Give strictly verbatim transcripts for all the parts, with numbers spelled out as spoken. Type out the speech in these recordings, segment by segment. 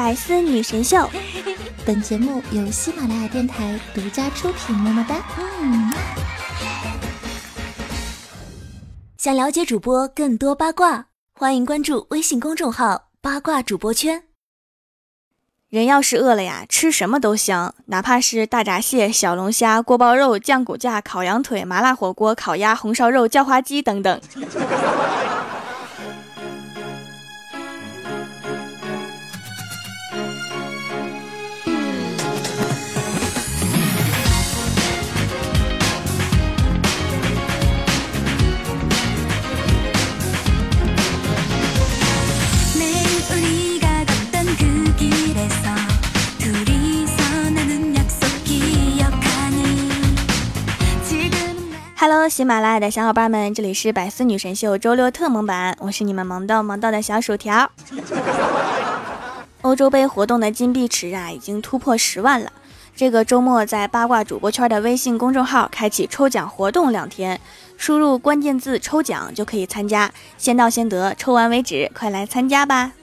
百思女神秀，本节目由喜马拉雅电台独家出品，么么哒。嗯， 想了解主播更多八卦，欢迎关注微信公众号八卦主播圈。 人要是饿了呀，吃什么都香，哪怕是大闸蟹、小龙虾、锅包肉、酱骨架、烤羊腿、麻辣火锅、烤鸭、红烧肉、叫花鸡等等。Hello， 喜马拉雅的小伙伴们，这里是百思女神秀周六特萌版，我是你们萌到萌到的小薯条。欧洲杯活动的金币池啊，已经突破十万了。这个周末在八卦主播圈的微信公众号开启抽奖活动两天，输入关键字抽奖就可以参加，先到先得，抽完为止，快来参加吧。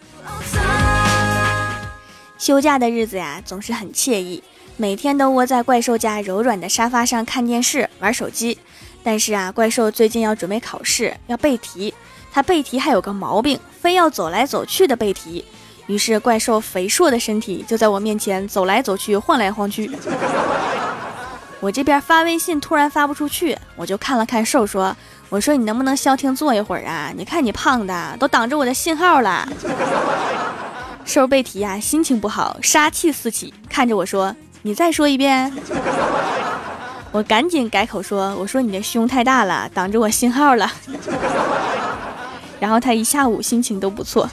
休假的日子呀，总是很惬意，每天都窝在怪兽家柔软的沙发上看电视玩手机。但是啊，怪兽最近要准备考试，要背题，他背题还有个毛病，非要走来走去的背题。于是怪兽肥硕的身体就在我面前走来走去，晃来晃去。我这边发微信突然发不出去，我就看了看兽说，我说你能不能消停坐一会儿啊，你看你胖的都挡着我的信号了。兽背题啊，心情不好，杀气四起，看着我说，你再说一遍。我赶紧改口说，我说你的胸太大了，挡着我信号了。然后他一下午心情都不错。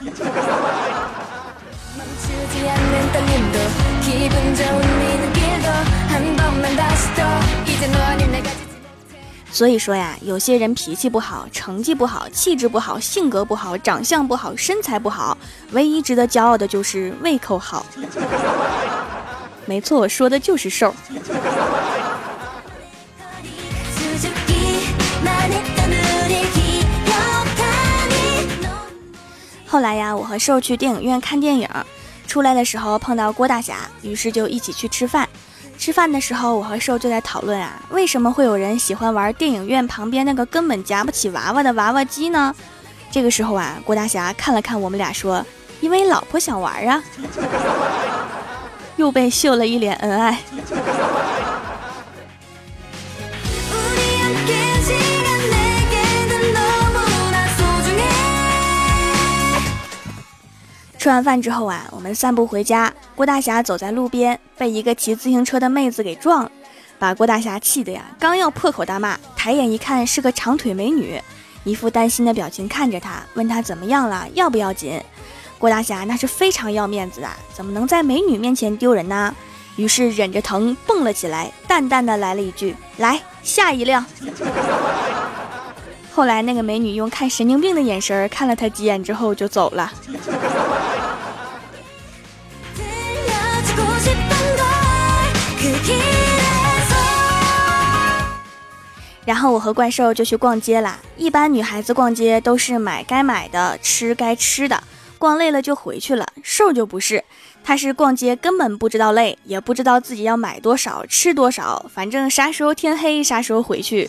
所以说呀，有些人脾气不好，成绩不好，气质不好，性格不好，长相不好，身材不好，唯一值得骄傲的就是胃口好。没错，我说的就是瘦。后来呀，我和瘦去电影院看电影，出来的时候碰到郭大侠，于是就一起去吃饭。吃饭的时候，我和瘦就在讨论啊，为什么会有人喜欢玩电影院旁边那个根本夹不起娃娃的娃娃机呢？这个时候啊，郭大侠看了看我们俩说，因为老婆想玩啊。又被秀了一脸恩爱。吃完饭之后啊，我们散步回家，郭大侠走在路边，被一个骑自行车的妹子给撞了，把郭大侠气的呀，刚要破口大骂，抬眼一看是个长腿美女，一副担心的表情看着他，问他怎么样了，要不要紧。郭大侠那是非常要面子的，怎么能在美女面前丢人呢？于是忍着疼蹦了起来，淡淡的来了一句，来，下一辆。后来那个美女用看神经病的眼神看了他几眼之后就走了。然后我和怪兽就去逛街啦。一般女孩子逛街都是买该买的，吃该吃的，逛累了就回去了。兽就不是，他是逛街根本不知道累，也不知道自己要买多少吃多少，反正啥时候天黑啥时候回去。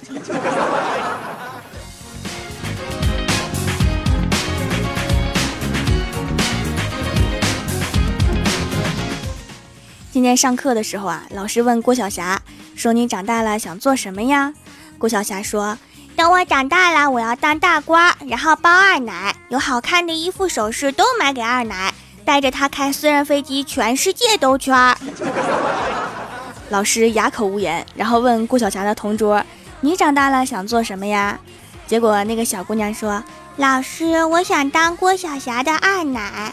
今天上课的时候啊，老师问郭晓霞说，你长大了想做什么呀？郭晓霞说，等我长大了我要当大官，然后包二奶，有好看的衣服首饰都买给二奶，带着她开私人飞机全世界兜圈。老师哑口无言，然后问郭晓霞的同桌，你长大了想做什么呀？结果那个小姑娘说，老师，我想当郭晓霞的二奶。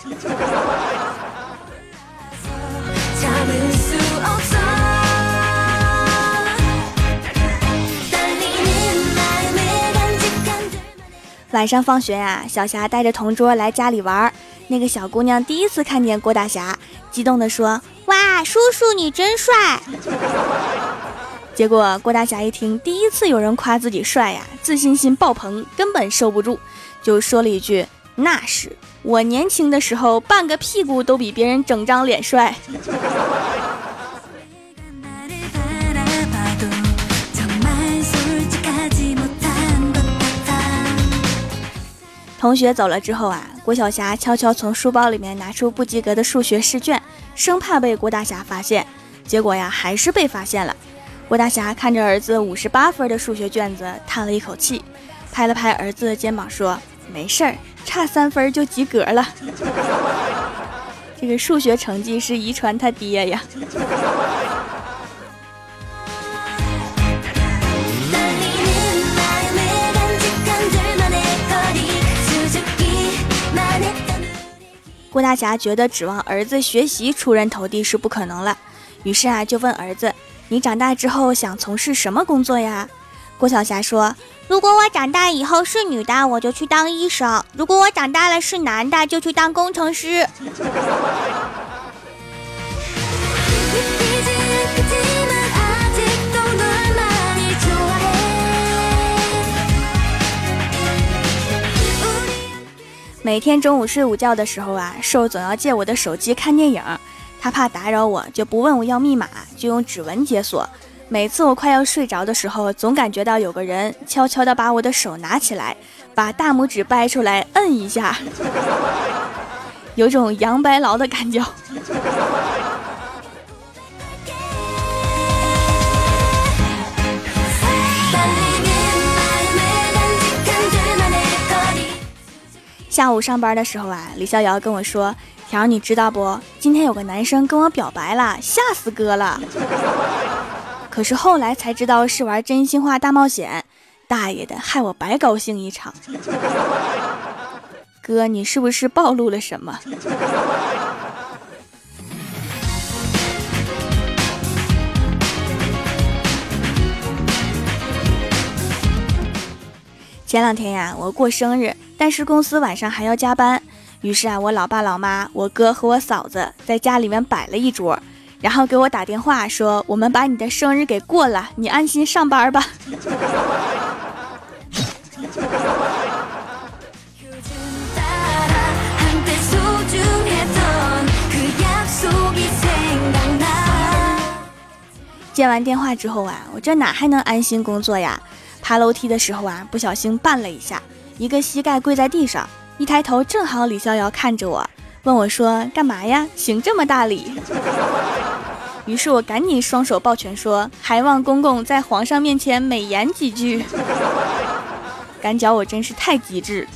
晚上放学呀、啊，小霞带着同桌来家里玩，那个小姑娘第一次看见郭大侠，激动地说，哇，叔叔你真帅。结果郭大侠一听第一次有人夸自己帅呀，自信心爆棚，根本收不住，就说了一句， 那是我年轻的时候，半个屁股都比别人整张脸帅。同学走了之后啊，郭晓霞悄悄从书包里面拿出不及格的数学试卷，生怕被郭大侠发现。结果呀，还是被发现了。郭大侠看着儿子五十八分的数学卷子，叹了一口气，拍了拍儿子的肩膀说：“没事儿，差三分就及格了。”这个数学成绩是遗传他爹呀。郭大侠觉得指望儿子学习出人头地是不可能了，于是啊就问儿子：“你长大之后想从事什么工作呀？”郭晓霞说：“如果我长大以后是女的，我就去当医生；如果我长大了是男的，就去当工程师。”每天中午睡午觉的时候啊，瘦总要借我的手机看电影，他怕打扰我，就不问我要密码，就用指纹解锁。每次我快要睡着的时候，总感觉到有个人悄悄地把我的手拿起来，把大拇指掰出来摁一下，有种杨白劳的感觉。下午上班的时候啊，李逍遥跟我说：“条，你知道不？今天有个男生跟我表白了，吓死哥了。”可是后来才知道是玩真心话大冒险，大爷的，害我白高兴一场。哥，你是不是暴露了什么？前两天呀，我过生日，但是公司晚上还要加班，于是啊，我老爸老妈、我哥和我嫂子在家里面摆了一桌，然后给我打电话说：“我们把你的生日给过了，你安心上班吧。”接完电话之后啊，我这哪还能安心工作呀？爬楼梯的时候啊，不小心绊了一下，一个膝盖跪在地上，一抬头正好李逍遥看着我，问我说：“干嘛呀？行这么大礼？”于是我赶紧双手抱拳说：“还望公公在皇上面前美言几句。”感觉我真是太机智。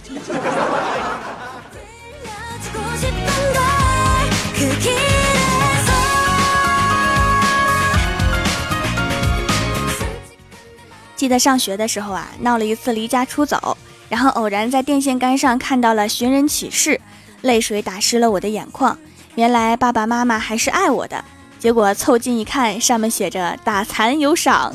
记得上学的时候啊，闹了一次离家出走，然后偶然在电线杆上看到了寻人启事，泪水打湿了我的眼眶。原来爸爸妈妈还是爱我的，结果凑近一看，上面写着打残有赏。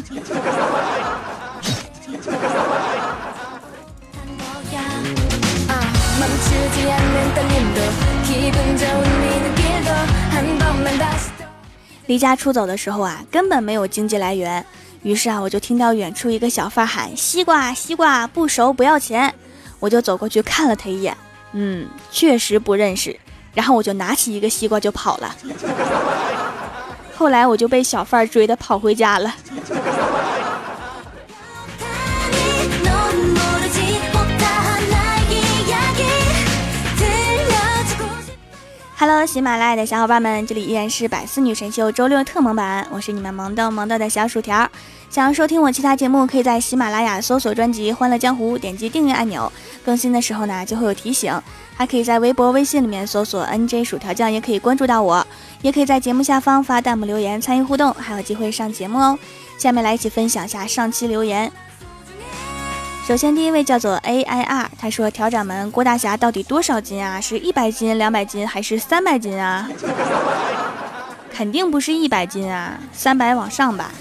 离家出走的时候啊，根本没有经济来源，于是啊，我就听到远处一个小贩喊：“西瓜，西瓜，不熟不要钱。”我就走过去看了他一眼，嗯，确实不认识。然后我就拿起一个西瓜就跑了。后来我就被小贩追着跑回家了。Hello， 喜马拉雅的小伙伴们，这里依然是百思女神秀周六特萌版，我是你们萌豆萌豆的小薯条。想要收听我其他节目，可以在喜马拉雅搜索专辑《欢乐江湖》，点击订阅按钮，更新的时候呢就会有提醒。还可以在微博、微信里面搜索 N J 薯条酱，也可以关注到我，也可以在节目下方发弹幕留言参与互动，还有机会上节目哦。下面来一起分享下上期留言。首先第一位叫做 A I R， 他说：“调掌门，郭大侠到底多少斤啊？是一百斤、两百斤还是三百斤啊？”肯定不是一百斤啊，三百往上吧。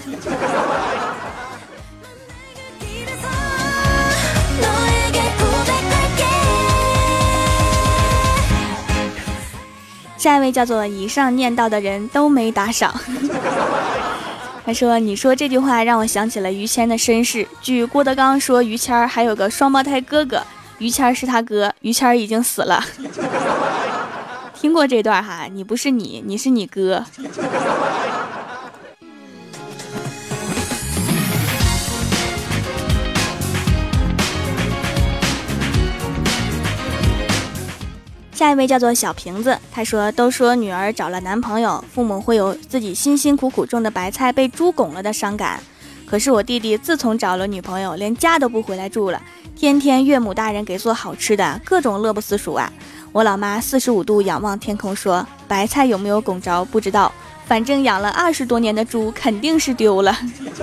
下一位叫做以上念到的人都没打赏。他说：“你说这句话让我想起了于谦的身世。据郭德纲说，于谦还有个双胞胎哥哥， 于谦是他哥，于谦已经死了。听过这段哈？你不是你，你是你哥。下一位叫做小瓶子，他说都说女儿找了男朋友，父母会有自己辛辛苦苦种的白菜被猪拱了的伤感。可是我弟弟自从找了女朋友，连家都不回来住了，天天岳母大人给做好吃的，各种乐不思蜀啊。我老妈四十五度仰望天空说，白菜有没有拱着不知道，反正养了二十多年的猪肯定是丢了。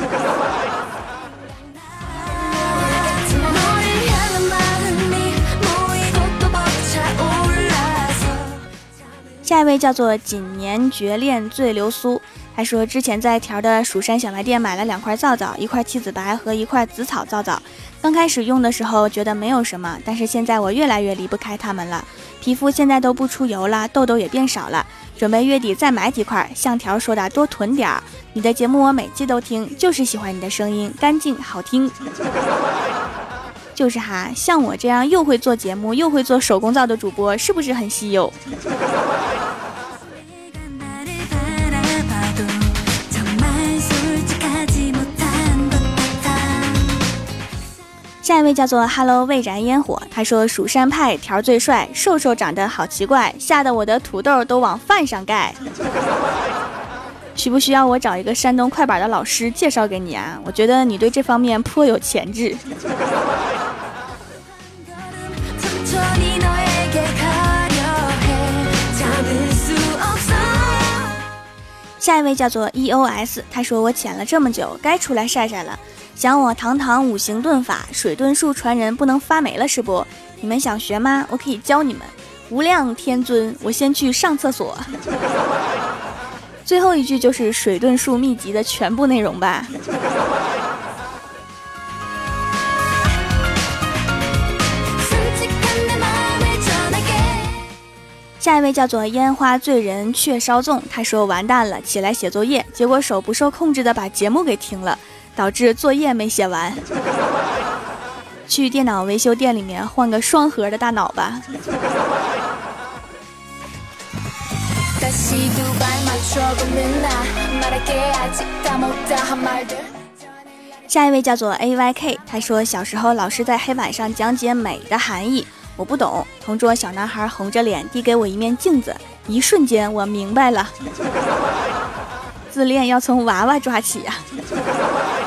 下一位叫做锦年绝恋醉流苏，他说之前在条的蜀山小卖店买了两块皂皂，一块七子白和一块紫草皂皂。刚开始用的时候觉得没有什么，但是现在我越来越离不开它们了，皮肤现在都不出油了，痘痘也变少了，准备月底再买几块，像条说的多囤点儿。你的节目我每期都听，就是喜欢你的声音，干净好听。就是哈，像我这样又会做节目又会做手工皂的主播，是不是很稀有？下一位叫做 Hello 未燃烟火，他说蜀山派条最帅，瘦瘦长得好奇怪，吓得我的土豆都往饭上盖。需不需要我找一个山东快板的老师介绍给你啊？我觉得你对这方面颇有潜质。下一位叫做 E O S， 他说我潜了这么久，该出来晒晒了。想我堂堂五行遁法水遁术传人不能发霉了是不？你们想学吗？我可以教你们。无量天尊，我先去上厕所。最后一句就是水遁术秘籍的全部内容吧。下一位叫做烟花醉人却稍纵，他说完蛋了，起来写作业，结果手不受控制的把节目给停了，导致作业没写完。去电脑维修店里面换个双核的大脑吧。下一位叫做 A Y K， 他说小时候老师在黑板上讲解美的含义，我不懂，同桌小男孩红着脸递给我一面镜子，一瞬间我明白了。自恋要从娃娃抓起呀、啊。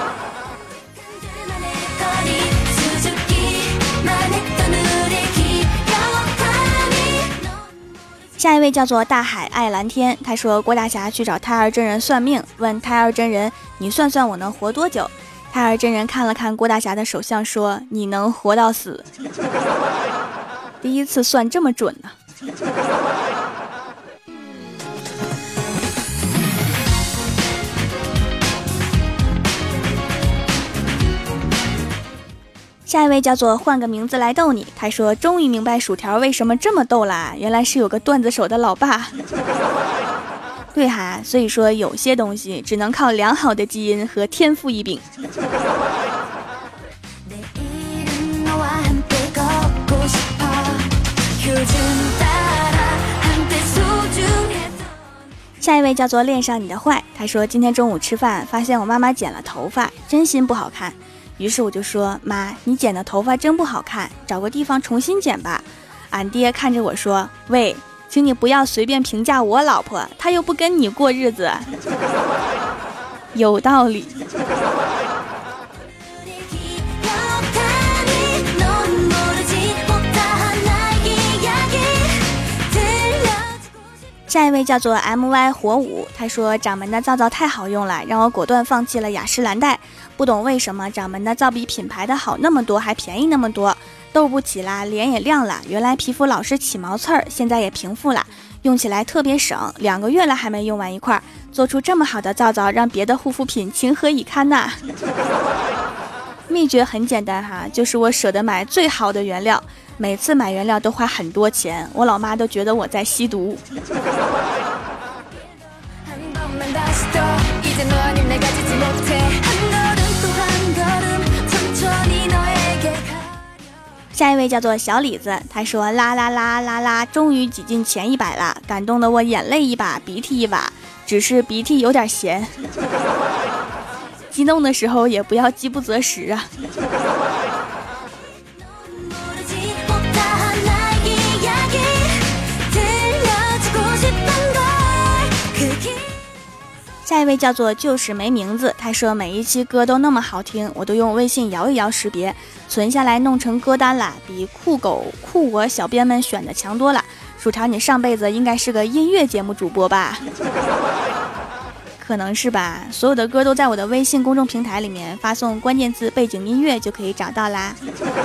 下一位叫做大海爱蓝天，他说郭大侠去找太二真人算命，问太二真人你算算我能活多久。太二真人看了看郭大侠的手相说你能活到死。第一次算这么准呢、啊。下一位叫做换个名字来逗你，他说终于明白薯条为什么这么逗啦，原来是有个段子手的老爸。对哈，所以说有些东西只能靠良好的基因和天赋异禀。下一位叫做恋上你的坏，他说今天中午吃饭发现我妈妈剪了头发，真心不好看，于是我就说妈，你剪的头发真不好看，找个地方重新剪吧。俺爹看着我说，喂，请你不要随便评价我老婆，她又不跟你过日子。有道理。下一位叫做 M Y 火舞，他说掌门的皂皂太好用了，让我果断放弃了雅诗兰黛。不懂为什么掌门的皂比品牌的好那么多，还便宜那么多，痘不起啦，脸也亮了，原来皮肤老是起毛刺儿，现在也平复了，用起来特别省，两个月了还没用完一块，做出这么好的皂皂，让别的护肤品情何以堪呐。秘诀很简单哈，就是我舍得买最好的原料，每次买原料都花很多钱，我老妈都觉得我在吸毒。 下一位叫做小李子，他说啦啦啦啦啦，终于挤进前一百了，感动的我眼泪一把鼻涕一把，只是鼻涕有点咸。激动的时候也不要饥不择食啊。下一位叫做就是没名字，他说每一期歌都那么好听，我都用微信摇一摇识别存下来弄成歌单了，比酷狗酷我小编们选的强多了。薯条，你上辈子应该是个音乐节目主播吧？可能是吧，所有的歌都在我的微信公众平台里面，发送关键字背景音乐就可以找到啦。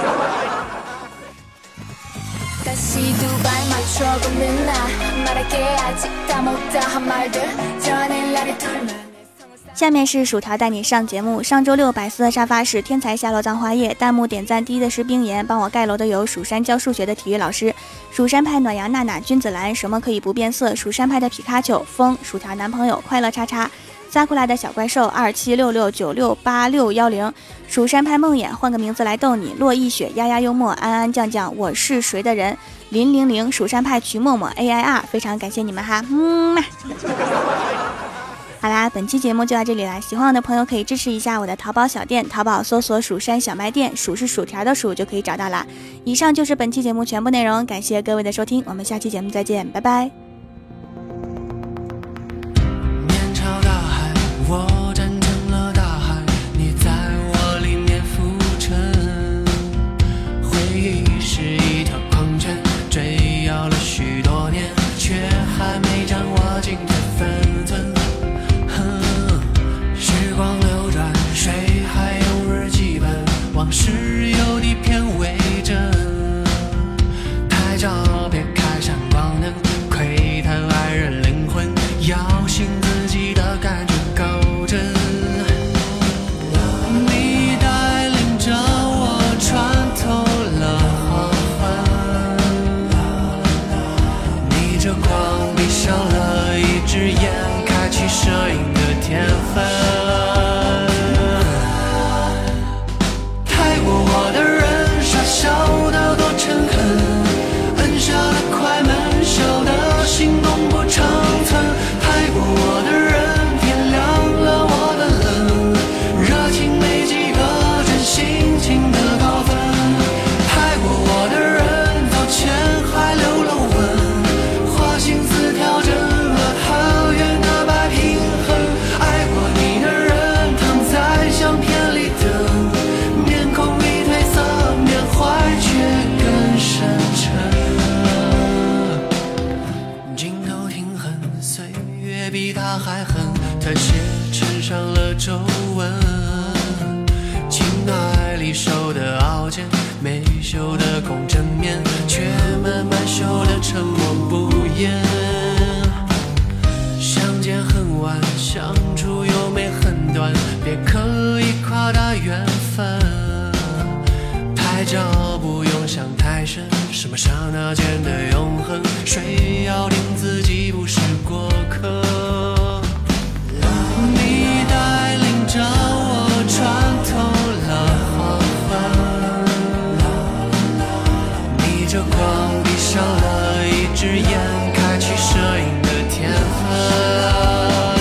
下面是薯条带你上节目。上周六百思的沙发是天才下落葬花叶，弹幕点赞低的是冰岩，帮我盖楼的有蜀山教数学的体育老师，蜀山派暖阳娜娜，君子兰，什么可以不变色，蜀山派的皮卡丘，风，薯条男朋友，快乐叉叉，撒库拉的小怪兽，二七六六九六八六幺零，蜀山派梦魇，换个名字来逗你，落一雪，丫丫幽默，安安酱酱，我是谁的人，零零零，蜀山派曲默默 A I R， 非常感谢你们哈，嗯嘛。好啦，本期节目就到这里啦，喜欢我的朋友可以支持一下我的淘宝小店，淘宝搜索蜀山小卖店，蜀是薯条的蜀就可以找到啦。以上就是本期节目全部内容，感谢各位的收听，我们下期节目再见，拜拜。 面朝大海，我站成了大海，你在我里面浮沉，回忆是一条狂犬，追咬了许多年，却还没掌握今天分寸。时光流转，谁还用日记本？往事有你偏为真。太早别开闪光灯，窥探爱人灵魂，要信自己的感觉够真。你带领着我穿透了黄昏，逆着光闭上了一只眼，开启摄影的天分。比他还狠，他写衬上了皱纹，情爱里受的傲贱，没修的空正面，却慢慢修的沉默不言。相见恨晚，相处又没很短，别刻意夸大缘分，太早不用想太深，什么刹那间的永恒，谁要定自己不是过客。你带领着我穿透了黄昏，逆着光闭上了一只眼，开启摄影的天分。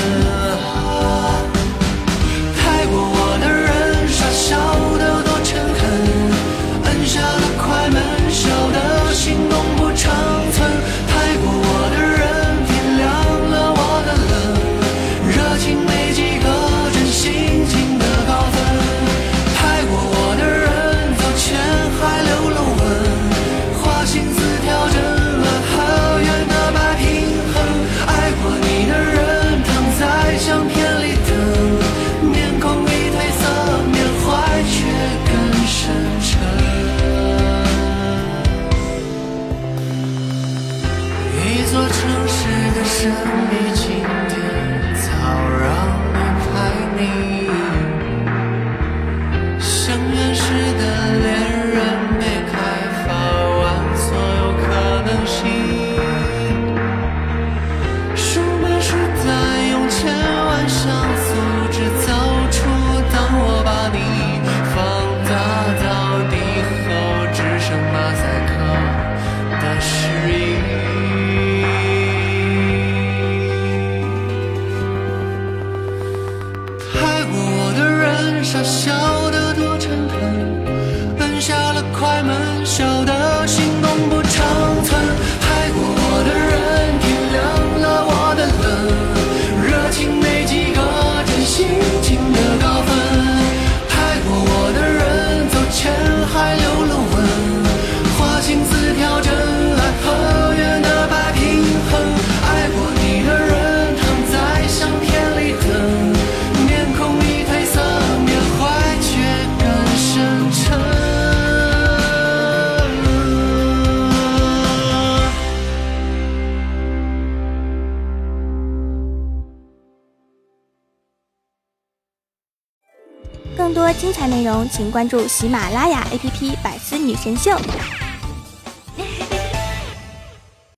太过我的人，傻笑得多诚恳，按下了快门，笑得心动不长存。太过更多精彩内容，请关注喜马拉雅 A P P 百思女神秀。